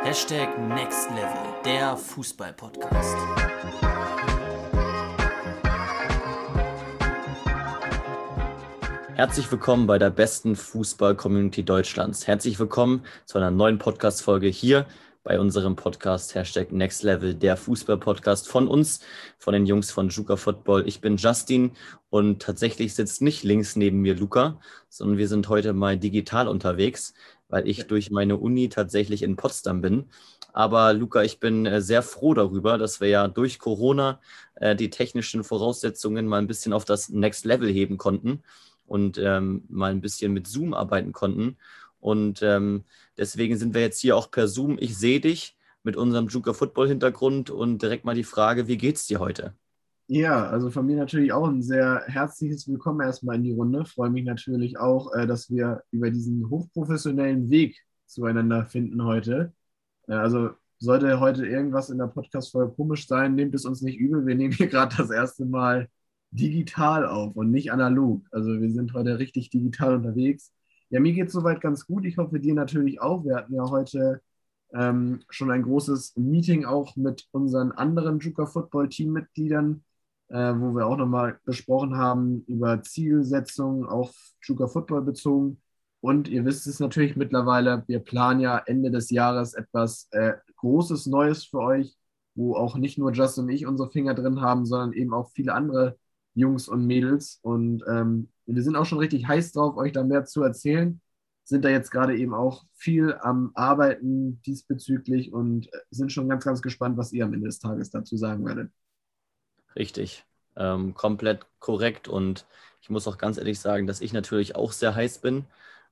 Next Level, der Fußball-Podcast. Herzlich willkommen bei der besten Fußball-Community Deutschlands. Herzlich willkommen zu einer neuen Podcast-Folge hier bei unserem Podcast Next Level, der Fußball-Podcast von uns, von den Jungs von Juka Football. Ich bin Justin und tatsächlich sitzt nicht links neben mir Luca, sondern wir sind heute mal digital unterwegs, weil ich durch meine Uni tatsächlich in Potsdam bin. Aber Luca, ich bin sehr froh darüber, dass wir ja durch Corona die technischen Voraussetzungen mal ein bisschen auf das Next Level heben konnten und mal ein bisschen mit Zoom arbeiten konnten. Und deswegen sind wir jetzt hier auch per Zoom. Ich sehe dich mit unserem Juka Football Hintergrund und direkt mal die Frage, wie geht's dir heute? Ja, also von mir natürlich auch ein sehr herzliches Willkommen erstmal in die Runde. Freue mich natürlich auch, dass wir über diesen hochprofessionellen Weg zueinander finden heute. Also sollte heute irgendwas in der Podcast-Folge komisch sein, nehmt es uns nicht übel. Wir nehmen hier gerade das erste Mal digital auf und nicht analog. Also wir sind heute richtig digital unterwegs. Ja, mir geht es soweit ganz gut. Ich hoffe, dir natürlich auch. Wir hatten ja heute schon ein großes Meeting auch mit unseren anderen Juka Football Teammitgliedern, wo wir auch nochmal besprochen haben über Zielsetzungen, auch Juka Football bezogen. Und ihr wisst es natürlich mittlerweile, wir planen ja Ende des Jahres etwas Großes, Neues für euch, wo auch nicht nur Justin und ich unsere Finger drin haben, sondern eben auch viele andere Jungs und Mädels. Und wir sind auch schon richtig heiß drauf, euch da mehr zu erzählen. Sind da jetzt gerade eben auch viel am Arbeiten diesbezüglich und sind schon ganz, ganz gespannt, was ihr am Ende des Tages dazu sagen werdet. Richtig, komplett korrekt. Und ich muss auch ganz ehrlich sagen, dass ich natürlich auch sehr heiß bin,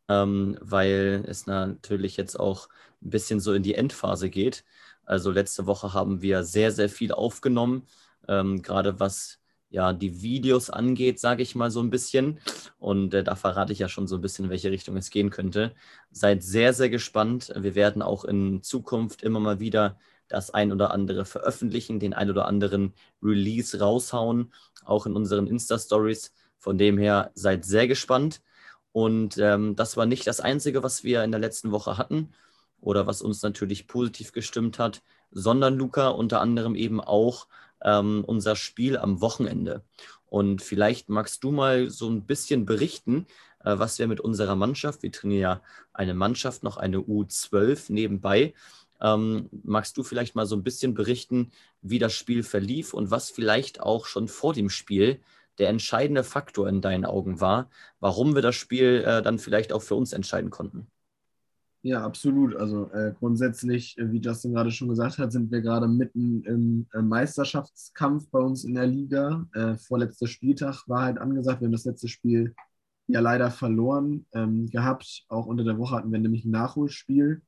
weil es natürlich jetzt auch ein bisschen so in die Endphase geht. Also letzte Woche haben wir sehr, sehr viel aufgenommen, gerade was ja die Videos angeht, sage ich mal so ein bisschen. Und da verrate ich ja schon so ein bisschen, in welche Richtung es gehen könnte. Seid sehr, sehr gespannt. Wir werden auch in Zukunft immer mal wieder das ein oder andere veröffentlichen, den ein oder anderen Release raushauen, auch in unseren Insta-Stories. Von dem her seid sehr gespannt. Und das war nicht das Einzige, was wir in der letzten Woche hatten oder was uns natürlich positiv gestimmt hat, sondern Luca, unter anderem eben auch unser Spiel am Wochenende. Und vielleicht magst du mal so ein bisschen berichten, was wir mit unserer Mannschaft, wir trainieren ja eine Mannschaft, noch eine U12 nebenbei. Magst du vielleicht mal so ein bisschen berichten, wie das Spiel verlief und was vielleicht auch schon vor dem Spiel der entscheidende Faktor in deinen Augen war, warum wir das Spiel dann vielleicht auch für uns entscheiden konnten? Ja, absolut. Also grundsätzlich, wie Justin gerade schon gesagt hat, sind wir gerade mitten im Meisterschaftskampf bei uns in der Liga. Vorletzter Spieltag war halt angesagt. Wir haben das letzte Spiel ja leider verloren gehabt. Auch unter der Woche hatten wir nämlich ein Nachholspiel.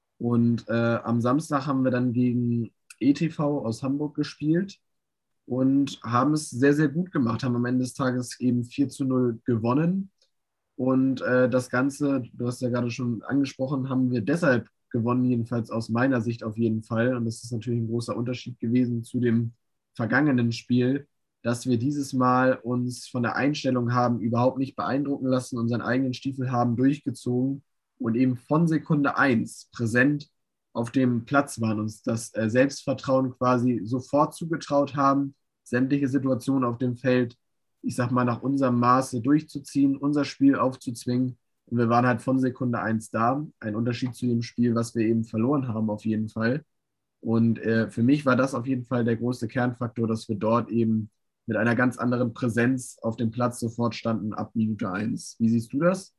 Und am Samstag haben wir dann gegen ETV aus Hamburg gespielt und haben es sehr, sehr gut gemacht, haben am Ende des Tages eben 4:0 gewonnen. Und das Ganze, du hast ja gerade schon angesprochen, haben wir deshalb gewonnen, jedenfalls aus meiner Sicht auf jeden Fall. Und das ist natürlich ein großer Unterschied gewesen zu dem vergangenen Spiel, dass wir dieses Mal uns von der Einstellung haben überhaupt nicht beeindrucken lassen, unseren eigenen Stiefel haben durchgezogen und eben von Sekunde 1 präsent auf dem Platz waren, uns das Selbstvertrauen quasi sofort zugetraut haben, sämtliche Situationen auf dem Feld, ich sag mal, nach unserem Maße durchzuziehen, unser Spiel aufzuzwingen. Und wir waren halt von Sekunde 1 da. Ein Unterschied zu dem Spiel, was wir eben verloren haben, auf jeden Fall. Und für mich war das auf jeden Fall der größte Kernfaktor, dass wir dort eben mit einer ganz anderen Präsenz auf dem Platz sofort standen ab Minute 1. Wie siehst du das?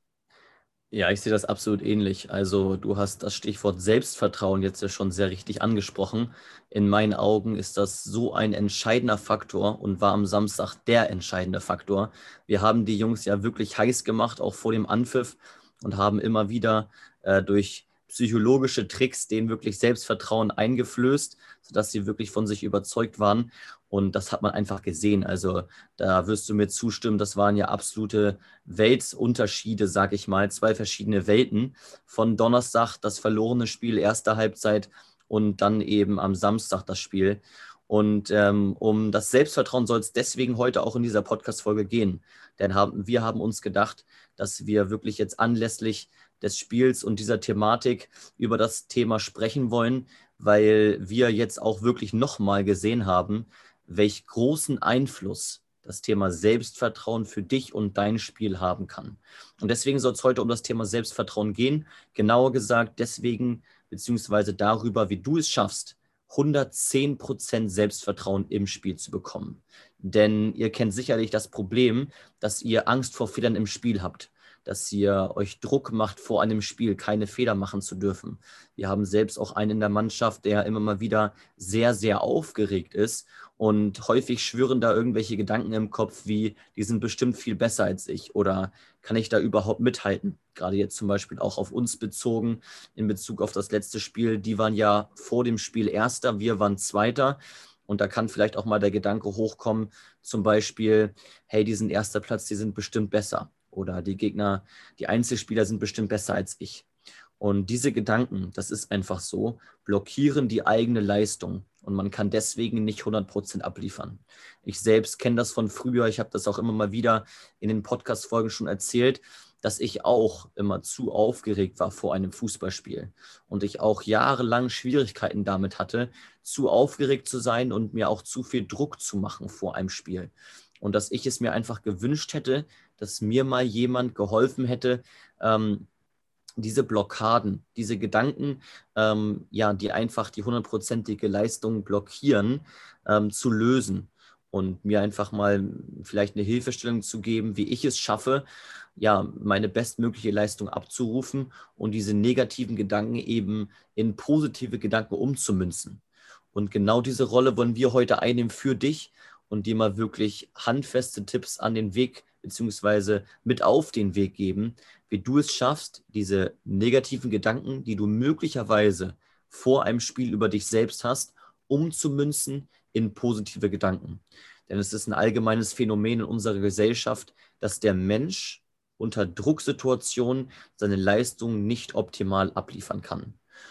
Ja, ich sehe das absolut ähnlich. Also du hast das Stichwort Selbstvertrauen jetzt ja schon sehr richtig angesprochen. In meinen Augen ist das so ein entscheidender Faktor und war am Samstag der entscheidende Faktor. Wir haben die Jungs ja wirklich heiß gemacht, auch vor dem Anpfiff und haben immer wieder durch psychologische Tricks denen wirklich Selbstvertrauen eingeflößt, sodass sie wirklich von sich überzeugt waren. Und das hat man einfach gesehen. Also da wirst du mir zustimmen, das waren ja absolute Weltunterschiede, sag ich mal, zwei verschiedene Welten. Von Donnerstag das verlorene Spiel, erste Halbzeit und dann eben am Samstag das Spiel. Und um das Selbstvertrauen soll es deswegen heute auch in dieser Podcast-Folge gehen. Denn wir haben uns gedacht, dass wir wirklich jetzt anlässlich des Spiels und dieser Thematik über das Thema sprechen wollen, weil wir jetzt auch wirklich nochmal gesehen haben, welch großen Einfluss das Thema Selbstvertrauen für dich und dein Spiel haben kann. Und deswegen soll es heute um das Thema Selbstvertrauen gehen. Genauer gesagt deswegen, beziehungsweise darüber, wie du es schaffst, 110% Selbstvertrauen im Spiel zu bekommen. Denn ihr kennt sicherlich das Problem, dass ihr Angst vor Fehlern im Spiel habt, dass ihr euch Druck macht, vor einem Spiel keine Fehler machen zu dürfen. Wir haben selbst auch einen in der Mannschaft, der immer mal wieder sehr, sehr aufgeregt ist und häufig schwören da irgendwelche Gedanken im Kopf wie, die sind bestimmt viel besser als ich oder kann ich da überhaupt mithalten? Gerade jetzt zum Beispiel auch auf uns bezogen, in Bezug auf das letzte Spiel. Die waren ja vor dem Spiel Erster, wir waren Zweiter. Und da kann vielleicht auch mal der Gedanke hochkommen, zum Beispiel, hey, die sind erster Platz, die sind bestimmt besser. Oder die Gegner, die Einzelspieler sind bestimmt besser als ich. Und diese Gedanken, das ist einfach so, blockieren die eigene Leistung. Und man kann deswegen nicht 100% abliefern. Ich selbst kenne das von früher. Ich habe das auch immer mal wieder in den Podcast-Folgen schon erzählt, dass ich auch immer zu aufgeregt war vor einem Fußballspiel. Und ich auch jahrelang Schwierigkeiten damit hatte, zu aufgeregt zu sein und mir auch zu viel Druck zu machen vor einem Spiel. Und dass ich es mir einfach gewünscht hätte, dass mir mal jemand geholfen hätte, diese Blockaden, diese Gedanken, die einfach die 100%ige Leistung blockieren, zu lösen und mir einfach mal vielleicht eine Hilfestellung zu geben, wie ich es schaffe, ja, meine bestmögliche Leistung abzurufen und diese negativen Gedanken eben in positive Gedanken umzumünzen. Und genau diese Rolle wollen wir heute einnehmen für dich und dir mal wirklich handfeste Tipps an den Weg beziehungsweise mit auf den Weg geben, wie du es schaffst, diese negativen Gedanken, die du möglicherweise vor einem Spiel über dich selbst hast, umzumünzen in positive Gedanken. Denn es ist ein allgemeines Phänomen in unserer Gesellschaft, dass der Mensch unter Drucksituationen seine Leistung nicht optimal abliefern kann.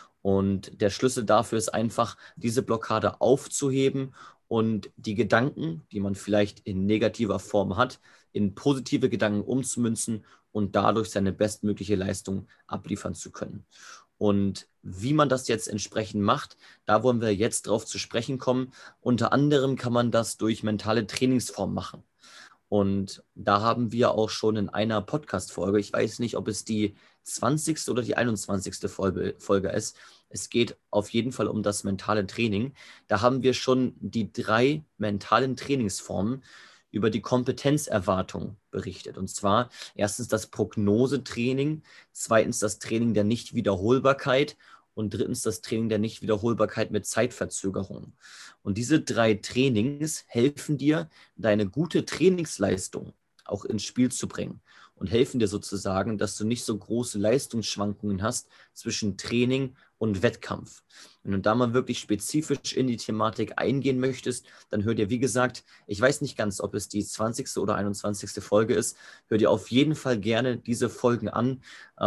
Und der Schlüssel dafür ist einfach, diese Blockade aufzuheben und die Gedanken, die man vielleicht in negativer Form hat, in positive Gedanken umzumünzen und dadurch seine bestmögliche Leistung abliefern zu können. Und wie man das jetzt entsprechend macht, da wollen wir jetzt drauf zu sprechen kommen. Unter anderem kann man das durch mentale Trainingsformen machen. Und da haben wir auch schon in einer Podcast-Folge, ich weiß nicht, ob es die 20. oder die 21. Folge ist. Es geht auf jeden Fall um das mentale Training. Da haben wir schon die 3 mentalen Trainingsformen über die Kompetenzerwartung berichtet. Und zwar erstens das Prognosetraining, zweitens das Training der Nichtwiederholbarkeit und drittens das Training der Nichtwiederholbarkeit mit Zeitverzögerung. Und diese 3 Trainings helfen dir, deine gute Trainingsleistung auch ins Spiel zu bringen und helfen dir sozusagen, dass du nicht so große Leistungsschwankungen hast zwischen Training und Wettkampf. Wenn du da mal wirklich spezifisch in die Thematik eingehen möchtest, dann hör dir, wie gesagt, ich weiß nicht ganz, ob es die 20. oder 21. Folge ist, hör dir auf jeden Fall gerne diese Folgen an.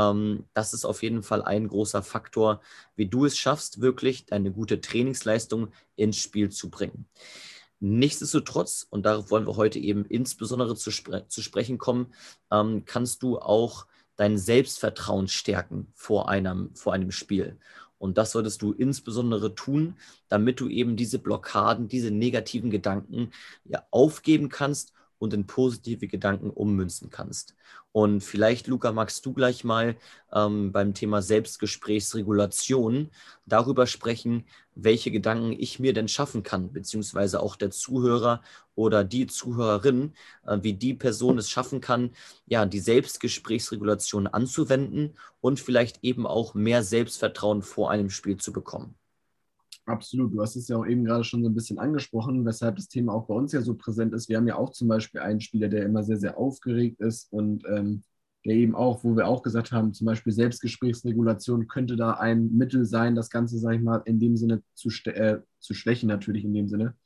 Das ist auf jeden Fall ein großer Faktor, wie du es schaffst, wirklich deine gute Trainingsleistung ins Spiel zu bringen. Nichtsdestotrotz, und darauf wollen wir heute eben insbesondere zu sprechen kommen, kannst du auch dein Selbstvertrauen stärken vor einem Spiel. Und das solltest du insbesondere tun, damit du eben diese Blockaden, diese negativen Gedanken ja aufgeben kannst und in positive Gedanken ummünzen kannst. Und vielleicht, Luca, magst du gleich mal beim Thema Selbstgesprächsregulation darüber sprechen, welche Gedanken ich mir denn schaffen kann, beziehungsweise auch der Zuhörer oder die Zuhörerin, wie die Person es schaffen kann, ja, die Selbstgesprächsregulation anzuwenden und vielleicht eben auch mehr Selbstvertrauen vor einem Spiel zu bekommen. Absolut, du hast es ja auch eben gerade schon so ein bisschen angesprochen, weshalb das Thema auch bei uns ja so präsent ist. Wir haben ja auch zum Beispiel einen Spieler, der immer sehr, sehr aufgeregt ist und der eben auch, wo wir auch gesagt haben, zum Beispiel Selbstgesprächsregulation könnte da ein Mittel sein, das Ganze, sage ich mal, in dem Sinne zu schwächen, natürlich in dem Sinne.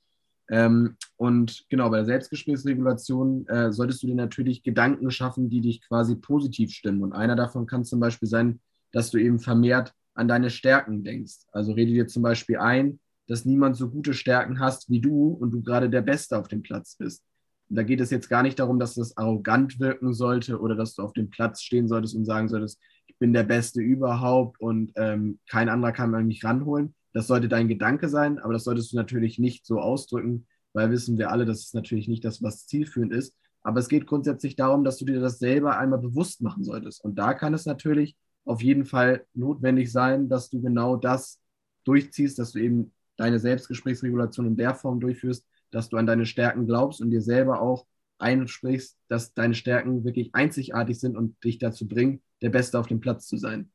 Und genau, bei der Selbstgesprächsregulation solltest du dir natürlich Gedanken schaffen, die dich quasi positiv stimmen. Und einer davon kann zum Beispiel sein, dass du eben vermehrt an deine Stärken denkst. Also rede dir zum Beispiel ein, dass niemand so gute Stärken hast wie du und du gerade der Beste auf dem Platz bist. Da geht es jetzt gar nicht darum, dass das arrogant wirken sollte oder dass du auf dem Platz stehen solltest und sagen solltest, ich bin der Beste überhaupt und kein anderer kann mich ranholen. Das sollte dein Gedanke sein, aber das solltest du natürlich nicht so ausdrücken, weil wissen wir alle, dass es natürlich nicht das, was zielführend ist. Aber es geht grundsätzlich darum, dass du dir das selber einmal bewusst machen solltest. Und da kann es natürlich auf jeden Fall notwendig sein, dass du genau das durchziehst, dass du eben deine Selbstgesprächsregulation in der Form durchführst, dass du an deine Stärken glaubst und dir selber auch einsprichst, dass deine Stärken wirklich einzigartig sind und dich dazu bringen, der Beste auf dem Platz zu sein.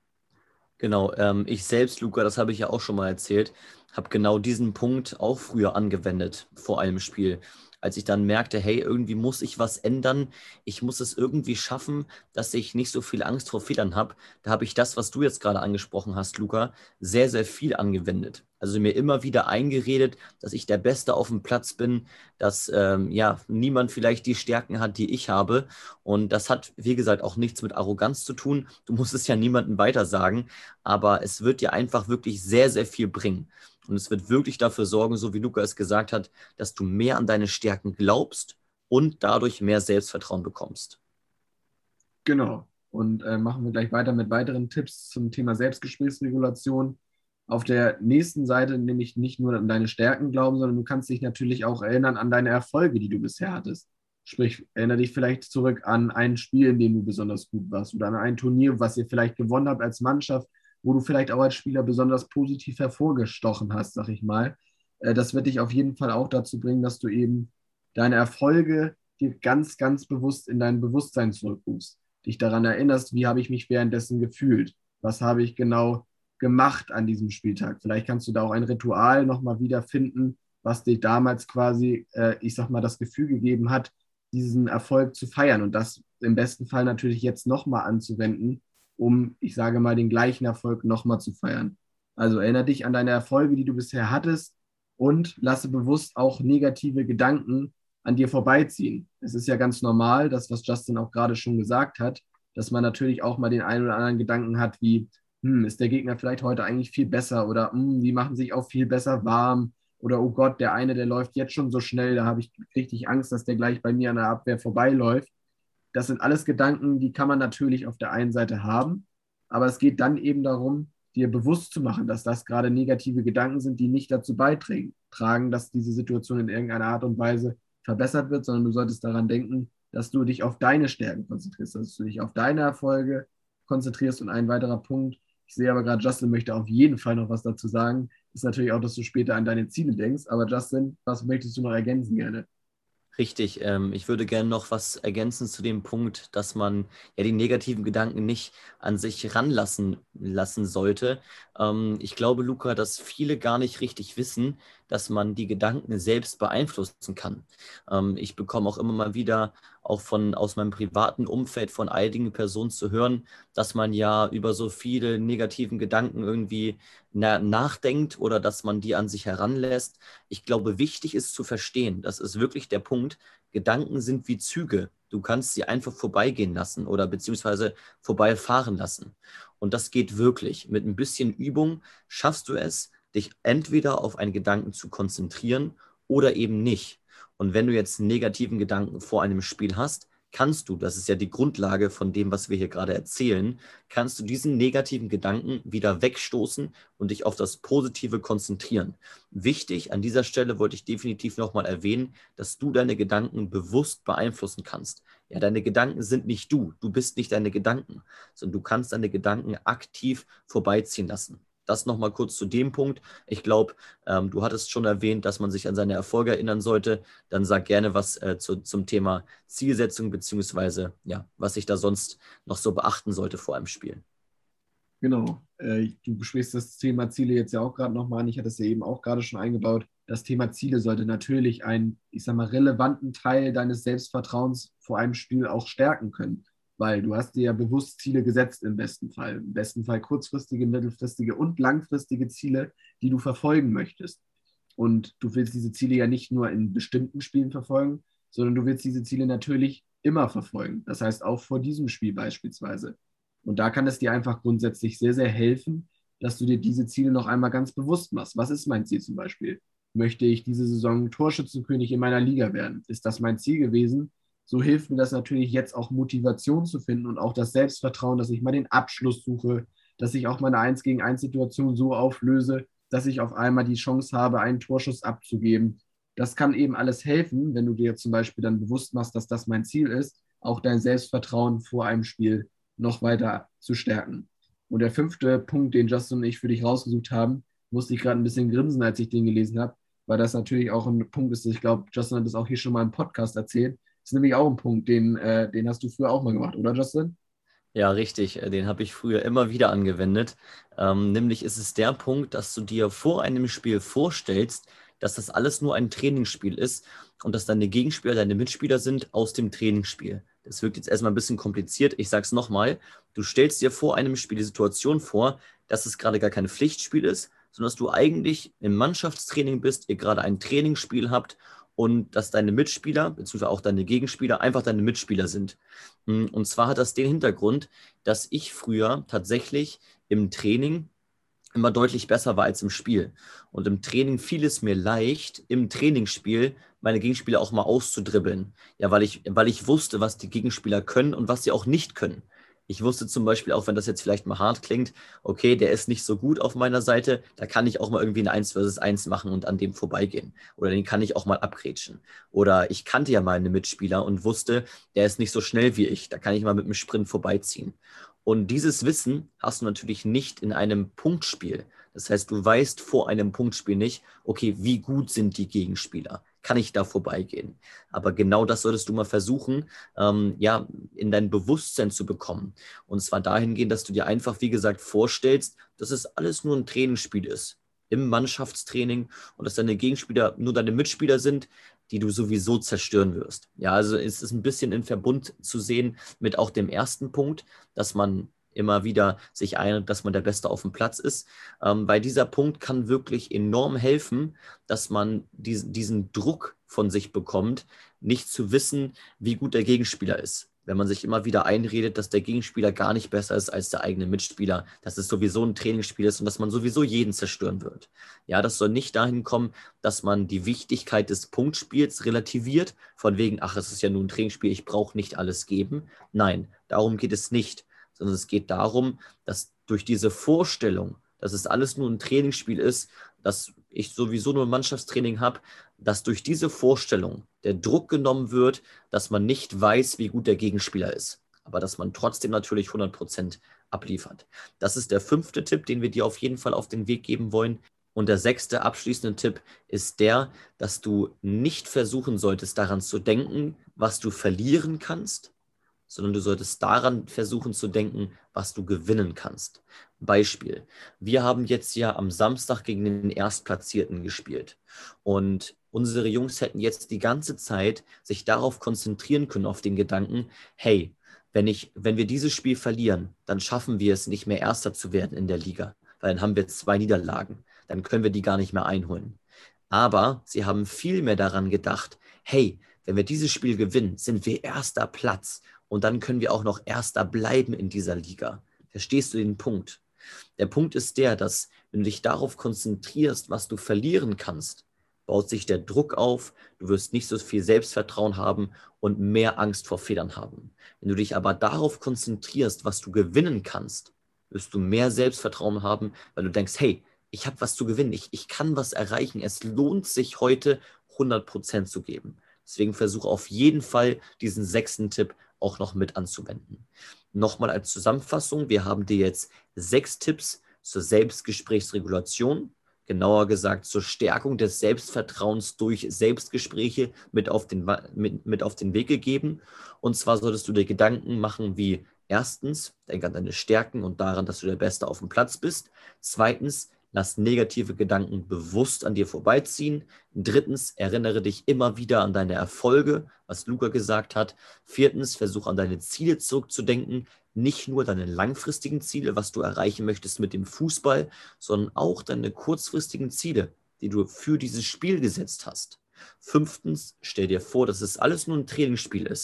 Genau, ich selbst, Luca, das habe ich ja auch schon mal erzählt, habe genau diesen Punkt auch früher angewendet vor einem Spiel. Als ich dann merkte, hey, irgendwie muss ich was ändern, ich muss es irgendwie schaffen, dass ich nicht so viel Angst vor Fehlern habe. Da habe ich das, was du jetzt gerade angesprochen hast, Luca, sehr, sehr viel angewendet. Also mir immer wieder eingeredet, dass ich der Beste auf dem Platz bin, dass ja, niemand vielleicht die Stärken hat, die ich habe. Und das hat, wie gesagt, auch nichts mit Arroganz zu tun. Du musst es ja niemandem weitersagen, aber es wird dir einfach wirklich sehr, sehr viel bringen. Und es wird wirklich dafür sorgen, so wie Luca es gesagt hat, dass du mehr an deine Stärken glaubst und dadurch mehr Selbstvertrauen bekommst. Genau. Und machen wir gleich weiter mit weiteren Tipps zum Thema Selbstgesprächsregulation. Auf der nächsten Seite nämlich nicht nur an deine Stärken glauben, sondern du kannst dich natürlich auch erinnern an deine Erfolge, die du bisher hattest. Sprich, erinnere dich vielleicht zurück an ein Spiel, in dem du besonders gut warst oder an ein Turnier, was ihr vielleicht gewonnen habt als Mannschaft, wo du vielleicht auch als Spieler besonders positiv hervorgestochen hast, sag ich mal. Das wird dich auf jeden Fall auch dazu bringen, dass du eben deine Erfolge dir ganz, ganz bewusst in dein Bewusstsein zurückrufst, dich daran erinnerst, wie habe ich mich währenddessen gefühlt, was habe ich genau gemacht an diesem Spieltag. Vielleicht kannst du da auch ein Ritual nochmal wiederfinden, was dir damals quasi, ich sag mal, das Gefühl gegeben hat, diesen Erfolg zu feiern und das im besten Fall natürlich jetzt nochmal anzuwenden, um, ich sage mal, den gleichen Erfolg nochmal zu feiern. Also erinnere dich an deine Erfolge, die du bisher hattest und lasse bewusst auch negative Gedanken an dir vorbeiziehen. Es ist ja ganz normal, das, was Justin auch gerade schon gesagt hat, dass man natürlich auch mal den einen oder anderen Gedanken hat, wie, ist der Gegner vielleicht heute eigentlich viel besser oder die machen sich auch viel besser warm oder oh Gott, der eine, der läuft jetzt schon so schnell, da habe ich richtig Angst, dass der gleich bei mir an der Abwehr vorbeiläuft. Das sind alles Gedanken, die kann man natürlich auf der einen Seite haben, aber es geht dann eben darum, dir bewusst zu machen, dass das gerade negative Gedanken sind, die nicht dazu beitragen, dass diese Situation in irgendeiner Art und Weise verbessert wird, sondern du solltest daran denken, dass du dich auf deine Stärken konzentrierst, dass du dich auf deine Erfolge konzentrierst. Und ein weiterer Punkt, ich sehe aber gerade, Justin möchte auf jeden Fall noch was dazu sagen, ist natürlich auch, dass du später an deine Ziele denkst. Aber Justin, was möchtest du noch ergänzen gerne? Richtig, ich würde gerne noch was ergänzen zu dem Punkt, dass man ja die negativen Gedanken nicht an sich lassen sollte. Ich glaube, Luca, dass viele gar nicht richtig wissen, dass man die Gedanken selbst beeinflussen kann. Ich bekomme auch immer mal wieder auch aus meinem privaten Umfeld von einigen Personen zu hören, dass man ja über so viele negativen Gedanken irgendwie nachdenkt oder dass man die an sich heranlässt. Ich glaube, wichtig ist zu verstehen, das ist wirklich der Punkt, Gedanken sind wie Züge. Du kannst sie einfach vorbeigehen lassen oder beziehungsweise vorbeifahren lassen. Und das geht wirklich. Mit ein bisschen Übung schaffst du es, dich entweder auf einen Gedanken zu konzentrieren oder eben nicht. Und wenn du jetzt einen negativen Gedanken vor einem Spiel hast, kannst du, das ist ja die Grundlage von dem, was wir hier gerade erzählen, kannst du diesen negativen Gedanken wieder wegstoßen und dich auf das Positive konzentrieren. Wichtig, an dieser Stelle wollte ich definitiv nochmal erwähnen, dass du deine Gedanken bewusst beeinflussen kannst. Ja, deine Gedanken sind nicht du, du bist nicht deine Gedanken, sondern du kannst deine Gedanken aktiv vorbeiziehen lassen. Das nochmal kurz zu dem Punkt. Ich glaube, du hattest schon erwähnt, dass man sich an seine Erfolge erinnern sollte. Dann sag gerne was zum Thema Zielsetzung, beziehungsweise ja, was ich da sonst noch so beachten sollte vor einem Spiel. Genau. Du besprichst das Thema Ziele jetzt ja auch gerade nochmal an. Ich hatte es ja eben auch gerade schon eingebaut. Das Thema Ziele sollte natürlich einen, ich sag mal, relevanten Teil deines Selbstvertrauens vor einem Spiel auch stärken können. Weil du hast dir ja bewusst Ziele gesetzt im besten Fall. Im besten Fall kurzfristige, mittelfristige und langfristige Ziele, die du verfolgen möchtest. Und du willst diese Ziele ja nicht nur in bestimmten Spielen verfolgen, sondern du willst diese Ziele natürlich immer verfolgen. Das heißt auch vor diesem Spiel beispielsweise. Und da kann es dir einfach grundsätzlich sehr, sehr helfen, dass du dir diese Ziele noch einmal ganz bewusst machst. Was ist mein Ziel zum Beispiel? möchte ich diese Saison Torschützenkönig in meiner Liga werden? Ist das mein Ziel gewesen? So hilft mir das natürlich jetzt auch Motivation zu finden und auch das Selbstvertrauen, dass ich mal den Abschluss suche, dass ich auch meine 1 gegen 1 Situation so auflöse, dass ich auf einmal die Chance habe, einen Torschuss abzugeben. Das kann eben alles helfen, wenn du dir zum Beispiel dann bewusst machst, dass das mein Ziel ist, auch dein Selbstvertrauen vor einem Spiel noch weiter zu stärken. Und der 5. Punkt, den Justin und ich für dich rausgesucht haben, musste ich gerade ein bisschen grinsen, als ich den gelesen habe, weil das natürlich auch ein Punkt ist. Ich glaube, Justin hat das auch hier schon mal im Podcast erzählt. Das ist nämlich auch ein Punkt, den hast du früher auch mal gemacht, oder Justin? Ja, richtig. Den habe ich früher immer wieder angewendet. Nämlich ist es der Punkt, dass du dir vor einem Spiel vorstellst, dass das alles nur ein Trainingsspiel ist und dass deine Gegenspieler deine Mitspieler sind aus dem Trainingsspiel. Das wirkt jetzt erstmal ein bisschen kompliziert. Ich sage es nochmal. Du stellst dir vor einem Spiel die Situation vor, dass es gerade gar kein Pflichtspiel ist, sondern dass du eigentlich im Mannschaftstraining bist, ihr gerade ein Trainingsspiel habt und dass deine Mitspieler, beziehungsweise auch deine Gegenspieler, einfach deine Mitspieler sind. Und zwar hat das den Hintergrund, dass ich früher tatsächlich im Training immer deutlich besser war als im Spiel. Und im Training fiel es mir leicht, im Trainingsspiel meine Gegenspieler auch mal auszudribbeln. Ja, weil ich wusste, was die Gegenspieler können und was sie auch nicht können. Ich wusste zum Beispiel, auch wenn das jetzt vielleicht mal hart klingt, okay, der ist nicht so gut auf meiner Seite, da kann ich auch mal irgendwie ein 1 versus 1 machen und an dem vorbeigehen. Oder den kann ich auch mal abgrätschen. Oder ich kannte ja meine Mitspieler und wusste, der ist nicht so schnell wie ich, da kann ich mal mit dem Sprint vorbeiziehen. Und dieses Wissen hast du natürlich nicht in einem Punktspiel. Das heißt, du weißt vor einem Punktspiel nicht, okay, wie gut sind die Gegenspieler? Kann ich da vorbeigehen? Aber genau das solltest du mal versuchen, ja, in dein Bewusstsein zu bekommen. Und zwar dahingehend, dass du dir einfach, wie gesagt, vorstellst, dass es alles nur ein Trainingsspiel ist im Mannschaftstraining und dass deine Gegenspieler nur deine Mitspieler sind, die du sowieso zerstören wirst. Ja, also es ist ein bisschen in Verbund zu sehen mit auch dem ersten Punkt, dass man immer wieder sich einredet, dass man der Beste auf dem Platz ist. Weil dieser Punkt kann wirklich enorm helfen, dass man diesen Druck von sich bekommt, nicht zu wissen, wie gut der Gegenspieler ist. Wenn man sich immer wieder einredet, dass der Gegenspieler gar nicht besser ist als der eigene Mitspieler, dass es sowieso ein Trainingsspiel ist und dass man sowieso jeden zerstören wird. Ja, das soll nicht dahin kommen, dass man die Wichtigkeit des Punktspiels relativiert, von wegen, ach, es ist ja nur ein Trainingsspiel, ich brauche nicht alles geben. Nein, darum geht es nicht, sondern es geht darum, dass durch diese Vorstellung, dass es alles nur ein Trainingsspiel ist, dass ich sowieso nur ein Mannschaftstraining habe, dass durch diese Vorstellung der Druck genommen wird, dass man nicht weiß, wie gut der Gegenspieler ist, aber dass man trotzdem natürlich 100% abliefert. Das ist der 5. Tipp, den wir dir auf jeden Fall auf den Weg geben wollen. Und der 6. abschließende Tipp ist der, dass du nicht versuchen solltest, daran zu denken, was du verlieren kannst, sondern du solltest daran versuchen zu denken, was du gewinnen kannst. Beispiel, wir haben jetzt ja am Samstag gegen den Erstplatzierten gespielt und unsere Jungs hätten jetzt die ganze Zeit sich darauf konzentrieren können, auf den Gedanken, hey, wenn wir dieses Spiel verlieren, dann schaffen wir es nicht mehr Erster zu werden in der Liga, weil dann haben wir 2 Niederlagen, dann können wir die gar nicht mehr einholen. Aber sie haben viel mehr daran gedacht, hey, wenn wir dieses Spiel gewinnen, sind wir erster Platz und dann können wir auch noch erster bleiben in dieser Liga. Verstehst du den Punkt? Der Punkt ist der, dass wenn du dich darauf konzentrierst, was du verlieren kannst, baut sich der Druck auf, du wirst nicht so viel Selbstvertrauen haben und mehr Angst vor Fehlern haben. Wenn du dich aber darauf konzentrierst, was du gewinnen kannst, wirst du mehr Selbstvertrauen haben, weil du denkst, hey, ich habe was zu gewinnen, ich kann was erreichen, es lohnt sich heute 100% zu geben. Deswegen versuche auf jeden Fall diesen 6. Tipp auch noch mit anzuwenden. Nochmal als Zusammenfassung, wir haben dir jetzt 6 Tipps zur Selbstgesprächsregulation, genauer gesagt zur Stärkung des Selbstvertrauens durch Selbstgespräche mit auf den Weg gegeben. Und zwar solltest du dir Gedanken machen wie erstens, denk an deine Stärken und daran, dass du der Beste auf dem Platz bist. Zweitens, lass negative Gedanken bewusst an dir vorbeiziehen. Drittens, erinnere dich immer wieder an deine Erfolge, was Luca gesagt hat. Viertens, versuch an deine Ziele zurückzudenken. Nicht nur deine langfristigen Ziele, was du erreichen möchtest mit dem Fußball, sondern auch deine kurzfristigen Ziele, die du für dieses Spiel gesetzt hast. Fünftens, stell dir vor, dass es alles nur ein Trainingsspiel ist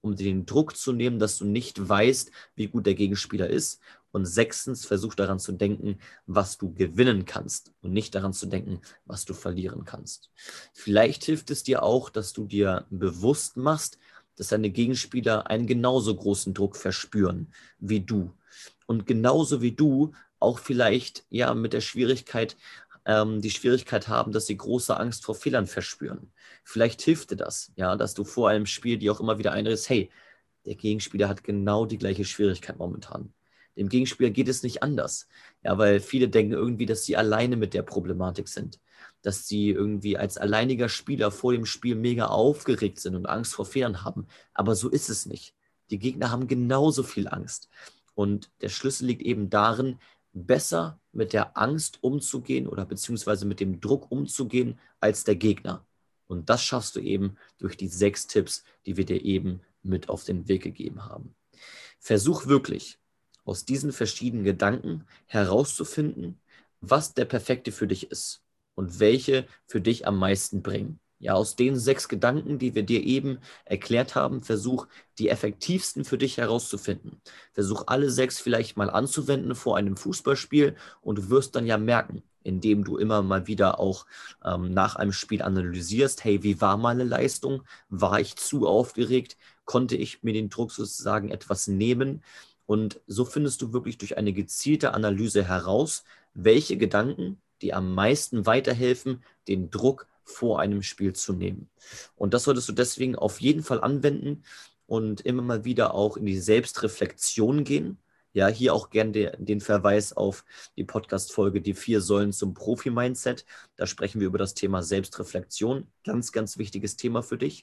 um dir den Druck zu nehmen, dass du nicht weißt, wie gut der Gegenspieler ist. Und 6. versuch daran zu denken, was du gewinnen kannst und nicht daran zu denken, was du verlieren kannst. Vielleicht hilft es dir auch, dass du dir bewusst machst, dass deine Gegenspieler einen genauso großen Druck verspüren wie du. Und genauso wie du auch vielleicht ja mit der Schwierigkeit, die Schwierigkeit haben, dass sie große Angst vor Fehlern verspüren. Vielleicht hilft dir das, ja, dass du vor einem Spiel dir auch immer wieder einredest, hey, der Gegenspieler hat genau die gleiche Schwierigkeit momentan. Dem Gegenspieler geht es nicht anders. Ja, weil viele denken irgendwie, dass sie alleine mit der Problematik sind. Dass sie irgendwie als alleiniger Spieler vor dem Spiel mega aufgeregt sind und Angst vor Fehlern haben. Aber so ist es nicht. Die Gegner haben genauso viel Angst. Und der Schlüssel liegt eben darin, besser mit der Angst umzugehen oder beziehungsweise mit dem Druck umzugehen als der Gegner. Und das schaffst du eben durch die 6 Tipps, die wir dir eben mit auf den Weg gegeben haben. Versuch wirklich, aus diesen verschiedenen Gedanken herauszufinden, was der perfekte für dich ist und welche für dich am meisten bringen. Ja, aus den 6 Gedanken, die wir dir eben erklärt haben, versuch die effektivsten für dich herauszufinden. Versuch alle 6 vielleicht mal anzuwenden vor einem Fußballspiel und du wirst dann ja merken, indem du immer mal wieder auch nach einem Spiel analysierst, hey, wie war meine Leistung? War ich zu aufgeregt? Konnte ich mir den Druck sozusagen etwas nehmen? Und so findest du wirklich durch eine gezielte Analyse heraus, welche Gedanken dir am meisten weiterhelfen, den Druck vor einem Spiel zu nehmen. Und das solltest du deswegen auf jeden Fall anwenden und immer mal wieder auch in die Selbstreflexion gehen. Ja, hier auch gerne den Verweis auf die Podcast-Folge Die 4 Säulen zum Profi-Mindset. Da sprechen wir über das Thema Selbstreflexion. Ganz, ganz wichtiges Thema für dich.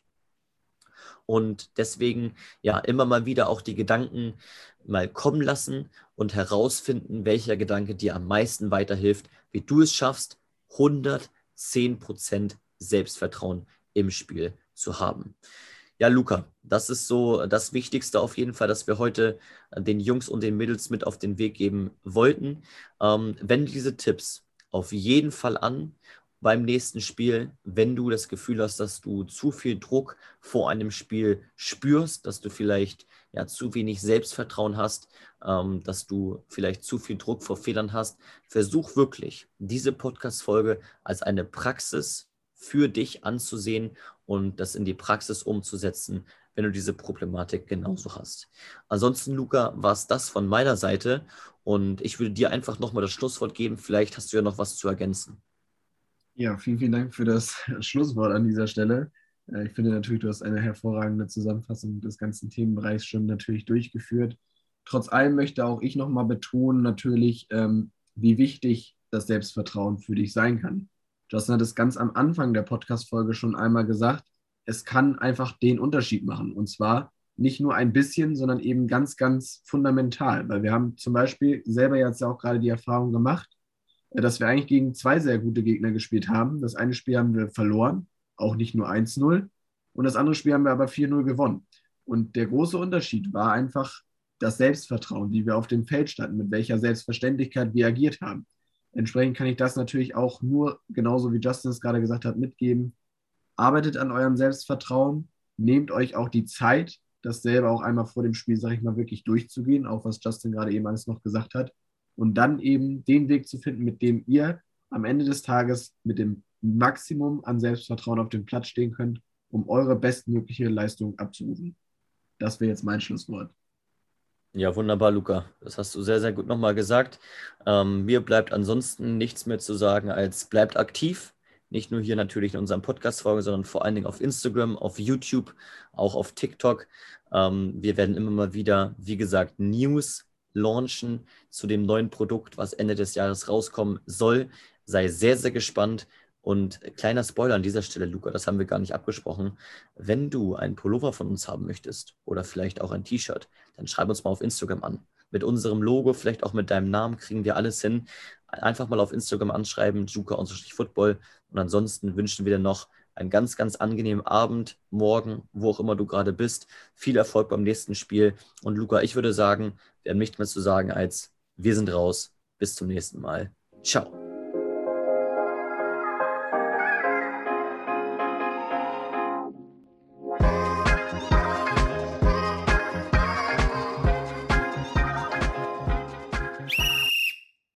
Und deswegen ja immer mal wieder auch die Gedanken mal kommen lassen und herausfinden, welcher Gedanke dir am meisten weiterhilft, wie du es schaffst, 110% Selbstvertrauen im Spiel zu haben. Ja, Luca, das ist so das Wichtigste auf jeden Fall, dass wir heute den Jungs und den Mädels mit auf den Weg geben wollten. Wende diese Tipps auf jeden Fall an beim nächsten Spiel, wenn du das Gefühl hast, dass du zu viel Druck vor einem Spiel spürst, dass du vielleicht ja, zu wenig Selbstvertrauen hast, dass du vielleicht zu viel Druck vor Fehlern hast. Versuch wirklich, diese Podcast-Folge als eine Praxis für dich anzusehen und das in die Praxis umzusetzen, wenn du diese Problematik genauso hast. Ansonsten, Luca, war es das von meiner Seite und ich würde dir einfach nochmal das Schlusswort geben. Vielleicht hast du ja noch was zu ergänzen. Ja, vielen, vielen Dank für das Schlusswort an dieser Stelle. Ich finde natürlich, du hast eine hervorragende Zusammenfassung des ganzen Themenbereichs schon natürlich durchgeführt. Trotz allem möchte auch ich nochmal betonen, natürlich, wie wichtig das Selbstvertrauen für dich sein kann. Justin hat es ganz am Anfang der Podcast-Folge schon einmal gesagt, es kann einfach den Unterschied machen. Und zwar nicht nur ein bisschen, sondern eben ganz, ganz fundamental. Weil wir haben zum Beispiel selber jetzt ja auch gerade die Erfahrung gemacht, dass wir eigentlich gegen 2 sehr gute Gegner gespielt haben. Das eine Spiel haben wir verloren, auch nicht nur 1-0. Und das andere Spiel haben wir aber 4-0 gewonnen. Und der große Unterschied war einfach das Selbstvertrauen, wie wir auf dem Feld standen, mit welcher Selbstverständlichkeit wir agiert haben. Entsprechend kann ich das natürlich auch nur, genauso wie Justin es gerade gesagt hat, mitgeben. Arbeitet an eurem Selbstvertrauen, nehmt euch auch die Zeit, das selber auch einmal vor dem Spiel, sage ich mal, wirklich durchzugehen, auch was Justin gerade eben alles noch gesagt hat. Und dann eben den Weg zu finden, mit dem ihr am Ende des Tages mit dem Maximum an Selbstvertrauen auf dem Platz stehen könnt, um eure bestmögliche Leistung abzurufen. Das wäre jetzt mein Schlusswort. Ja, wunderbar, Luca. Das hast du sehr, sehr gut nochmal gesagt. Mir bleibt ansonsten nichts mehr zu sagen, als bleibt aktiv. Nicht nur hier natürlich in unserem Podcast-Folge, sondern vor allen Dingen auf Instagram, auf YouTube, auch auf TikTok. Wir werden immer mal wieder, wie gesagt, News launchen zu dem neuen Produkt, was Ende des Jahres rauskommen soll. Sei sehr, sehr gespannt. Und kleiner Spoiler an dieser Stelle, Luca, das haben wir gar nicht abgesprochen. Wenn du einen Pullover von uns haben möchtest oder vielleicht auch ein T-Shirt, dann schreib uns mal auf Instagram an. Mit unserem Logo, vielleicht auch mit deinem Namen, kriegen wir alles hin. Einfach mal auf Instagram anschreiben, Juka_Football. Und ansonsten wünschen wir dir noch einen ganz, ganz angenehmen Abend, morgen, wo auch immer du gerade bist. Viel Erfolg beim nächsten Spiel. Und Luca, ich würde sagen, wir haben nichts mehr zu sagen als wir sind raus. Bis zum nächsten Mal. Ciao.